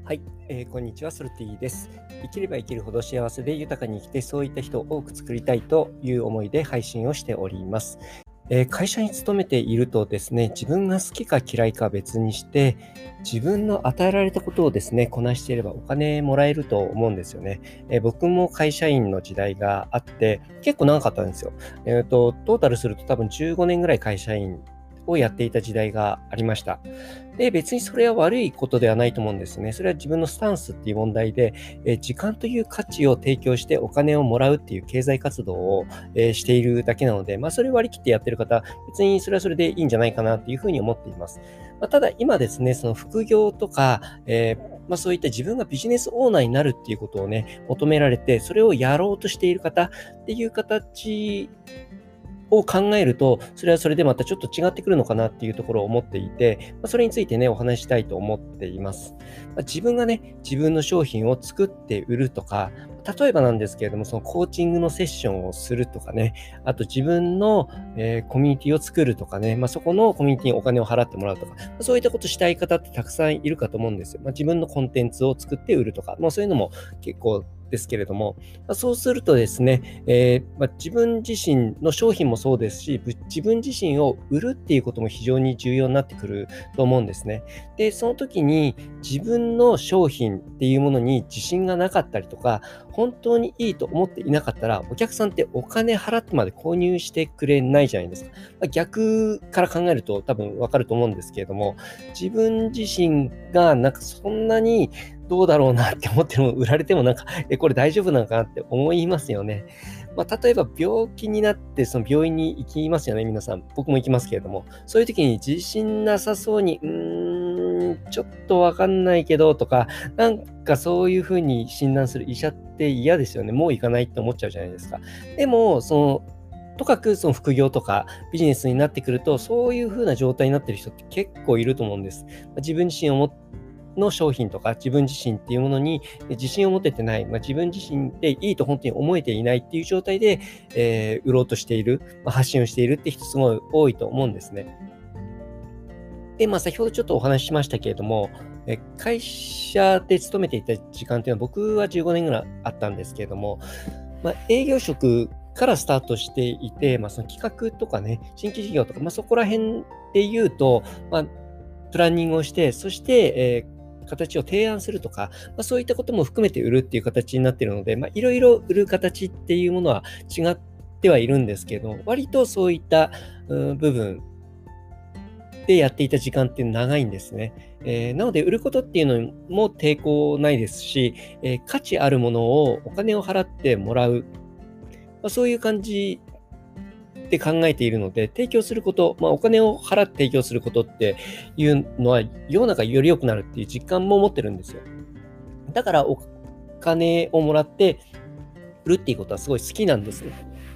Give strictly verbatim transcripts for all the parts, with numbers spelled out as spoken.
はい、えーこんにちは、ソルティです。生きれば生きるほど幸せで豊かに生きて、そういった人を多く作りたいという思いで配信をしております。えー会社に勤めているとですね、自分が好きか嫌いかは別にして、自分の与えられたことをですね、こなしていればお金もらえると思うんですよね。えー僕も会社員の時代があって、結構長かったんですよ。えっと、トータルすると多分じゅうごねんぐらい会社員をやっていた時代がありました。で、別にそれは悪いことではないと思うんですね。それは自分のスタンスっていう問題で、えー時間という価値を提供してお金をもらうっていう経済活動を、えーしているだけなので、まあ、それを割り切ってやってる方、別にそれはそれでいいんじゃないかなっていうふうに思っています。まあ、ただ今ですね、その副業とか、えーまあ、そういった自分がビジネスオーナーになるっていうことをね、求められて、それをやろうとしている方っていう形を考えると、それはそれでまたちょっと違ってくるのかなっていうところを思っていて、まあ、それについてね、お話ししたいと思っています。まあ、自分がね、自分の商品を作って売るとか、例えばなんですけれども、そのコーチングのセッションをするとかね、あと自分の、えーコミュニティを作るとかね、まあ、そこのコミュニティにお金を払ってもらうとか、まあ、そういったことしたい方ってたくさんいるかと思うんですよ。まあ、自分のコンテンツを作って売るとか、まあ、そういうのも結構ですけれども、まあ、そうするとですね、えーまあ、自分自身の商品もそうですし、ぶ自分自身を売るっていうことも非常に重要になってくると思うんですね。で、その時に自分の商品っていうものに自信がなかったりとか、本当にいいと思っていなかったら、お客さんってお金払ってまで購入してくれないじゃないですか。まあ、逆から考えると多分わかると思うんですけれども、自分自身がなんかそんなにどうだろうなって思っても売られてもなんか、え、これ大丈夫なのかなって思いますよね。まあ、例えば病気になってその病院に行きますよね、皆さん。僕も行きますけれども。そういう時に自信なさそうに、うーん、ちょっとわかんないけどとか、なんかそういう風に診断する医者って嫌ですよね。もう行かないって思っちゃうじゃないですか。でも、その、とかくその副業とかビジネスになってくると、そういう風な状態になってる人って結構いると思うんです。自分自身をもの商品とか自分自身っていうものに自信を持ててない、まあ、自分自身でいいと本当に思えていないっていう状態で、えー売ろうとしている、まあ、発信をしているって人すごい多いと思うんですね。で、まあ、先ほどちょっとお話ししましたけれども、え会社で勤めていた時間っていうのは僕はじゅうごねんぐらいあったんですけれども、まあ、営業職からスタートしていて、まあ、その企画とかね、新規事業とか、まあ、そこら辺で言うと、まあ、プランニングをして、そして、えー形を提案するとか、まあ、そういったことも含めて売るっていう形になっているので、まあ、いろいろ売る形っていうものは違ってはいるんですけど、割とそういった、うん、部分でやっていた時間って長いんですね。えーなので、売ることっていうのも抵抗ないですし、えー価値あるものをお金を払ってもらう、まあ、そういう感じって考えているので、提供すること、まあ、お金を払って提供することっていうのは、世の中より良くなるっていう実感も持ってるんですよ。だからお金をもらって売るっていうことはすごい好きなんですね。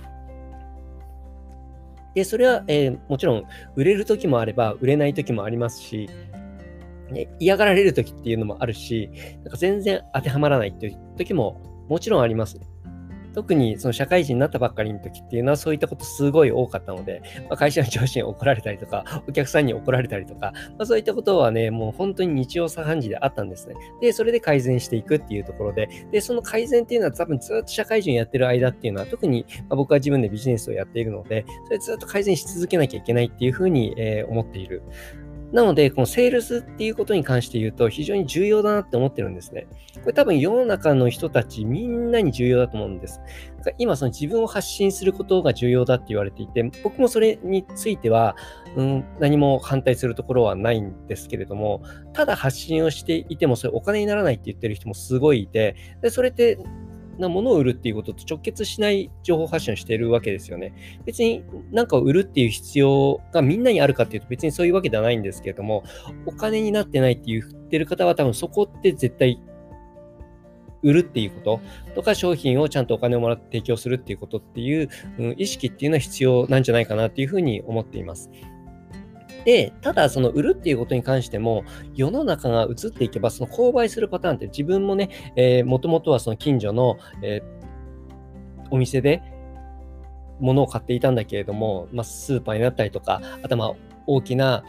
で、それは、えーもちろん売れる時もあれば、売れない時もありますし、ね、嫌がられる時っていうのもあるし、なんか全然当てはまらないっていう時ももちろんあります。特にその社会人になったばっかりの時っていうのはそういったことすごい多かったので、まあ、会社の上司に怒られたりとか、お客さんに怒られたりとか、まあ、そういったことはね、もう本当に日常茶飯事であったんですね。で、それで改善していくっていうところで、で、その改善っていうのは多分ずっと社会人やってる間っていうのは、特に、まあ、僕は自分でビジネスをやっているので、それずっと改善し続けなきゃいけないっていうふうに、えー思っている。なので、このセールスっていうことに関して言うと、非常に重要だなって思ってるんですね。これ多分世の中の人たちみんなに重要だと思うんです。だから今、その自分を発信することが重要だって言われていて、僕もそれについては、うん、何も反対するところはないんですけれども、ただ発信をしていても、それお金にならないって言ってる人もすごいいて、でそれってなものを売るっていうことと直結しない情報発信をしているわけですよね。別に何かを売るっていう必要がみんなにあるかっていうと別にそういうわけではないんですけれども、お金になってないって言ってる方は多分そこって絶対売るっていうこととか商品をちゃんとお金をもらって提供するっていうことっていう、うん、意識っていうのは必要なんじゃないかなっていうふうに思っています。で、ただその売るっていうことに関しても、世の中が移っていけば、その購買するパターンって自分もね、えー、もともとはその近所の、えーお店で物を買っていたんだけれども、まあ、スーパーになったりとか、あとはまあ大きな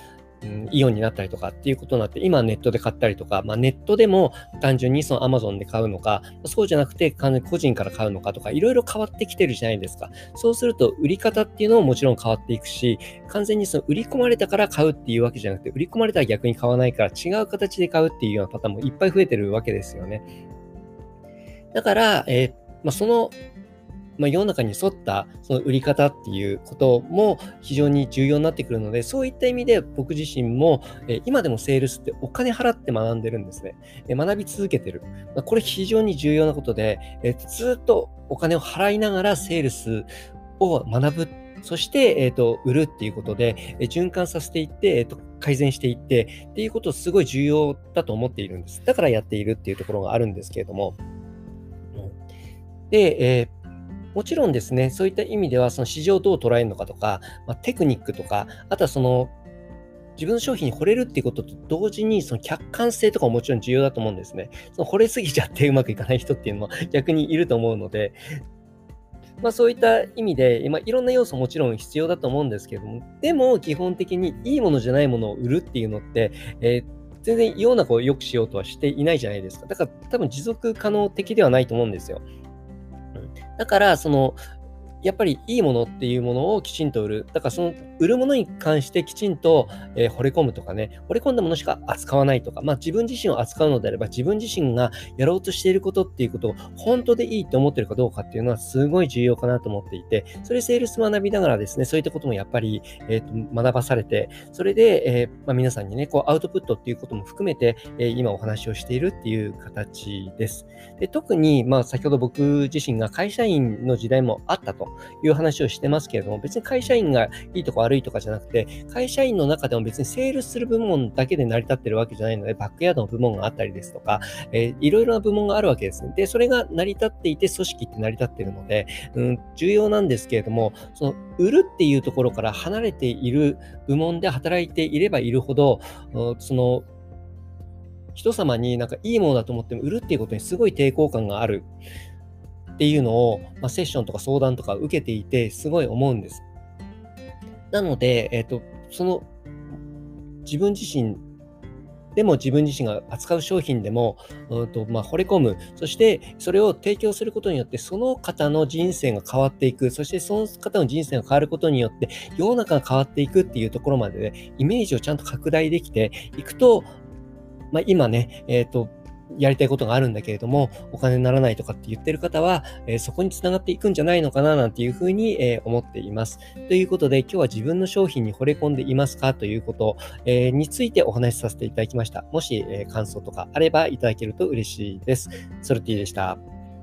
うん、イオンになったりとかっていうことになって、今はネットで買ったりとか、まあ、ネットでも単純にその Amazon で買うのか、そうじゃなくて完全に個人から買うのかとか、いろいろ変わってきてるじゃないですか。そうすると売り方っていうのももちろん変わっていくし、完全にその売り込まれたから買うっていうわけじゃなくて、売り込まれたら逆に買わないから違う形で買うっていうようなパターンもいっぱい増えてるわけですよね。だから、えーまあ、そのまあ、世の中に沿ったその売り方っていうことも非常に重要になってくるので、そういった意味で僕自身も、えー今でもセールスってお金払って学んでるんですね。えー学び続けてる。まあ、これ非常に重要なことで、えーずっとお金を払いながらセールスを学ぶ。そして、えーと、売るっていうことで、えー循環させていって、えーと、改善していってっていうことをすごい重要だと思っているんです。だからやっているっていうところがあるんですけれども。うんで、えーもちろんですね、そういった意味では、その市場をどう捉えるのかとか、まあ、テクニックとか、あとはその自分の商品に惚れるっていうことと同時に、その客観性とかももちろん重要だと思うんですね。その惚れすぎちゃってうまくいかない人っていうのも逆にいると思うので、まあそういった意味で、まあ、いろんな要素もちろん必要だと思うんですけれども、でも基本的にいいものじゃないものを売るっていうのって、えー全然世の中を良くしようとはしていないじゃないですか。だから多分持続可能的ではないと思うんですよ。うん、だから、その、やっぱりいいものっていうものをきちんと売る。だからその売るものに関してきちんと、えー惚れ込むとかね、惚れ込んだものしか扱わないとか、まあ自分自身を扱うのであれば自分自身がやろうとしていることっていうことを本当でいいと思ってるかどうかっていうのはすごい重要かなと思っていて、それセールス学びながらですね、そういったこともやっぱり、えーと学ばされて、それで、えーまあ、皆さんにね、こうアウトプットっていうことも含めて、えー今お話をしているっていう形です。で特に、まあ先ほど僕自身が会社員の時代もあったという話をしてますけれども、別に会社員がいいとか悪いとかじゃなくて、会社員の中でも別にセールスする部門だけで成り立ってるわけじゃないので、バックヤードの部門があったりですとか、えーいろいろな部門があるわけですね。で、それが成り立っていて、組織って成り立っているので、うん、重要なんですけれども、その売るっていうところから離れている部門で働いていればいるほど、うんその人様になんかいいものだと思っても売るっていうことにすごい抵抗感があるっていうのを、まあ、セッションとか相談とか受けていてすごい思うんです。なので、えっと、その自分自身でも自分自身が扱う商品でも、うんとまあ、惚れ込む、そしてそれを提供することによって、その方の人生が変わっていく、そしてその方の人生が変わることによって、世の中が変わっていくっていうところまでね、イメージをちゃんと拡大できていくと、まあ、今ね、えっと、やりたいことがあるんだけれども、お金にならないとかって言ってる方は、えーそこに繋がっていくんじゃないのかななんていうふうに、えー思っています。ということで、今日は自分の商品に惚れ込んでいますかということ、えーについてお話しさせていただきました。もし、えー感想とかあればいただけると嬉しいです。ソルティでした。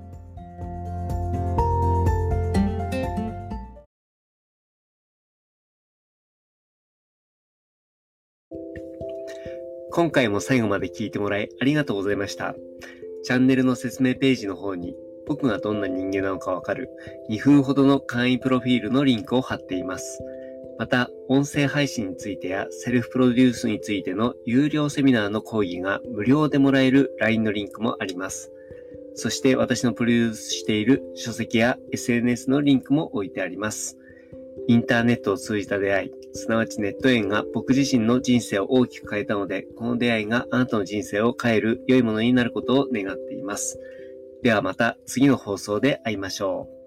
今回も最後まで聞いてもらいありがとうございました。チャンネルの説明ページの方に僕がどんな人間なのかわかるにふんほどの簡易プロフィールのリンクを貼っています。また、音声配信についてやセルフプロデュースについての有料セミナーの講義が無料でもらえる ライン のリンクもあります。そして私のプロデュースしている書籍や エスエヌエス のリンクも置いてあります。インターネットを通じた出会い、すなわちネット縁が僕自身の人生を大きく変えたので、この出会いがあなたの人生を変える良いものになることを願っています。ではまた次の放送で会いましょう。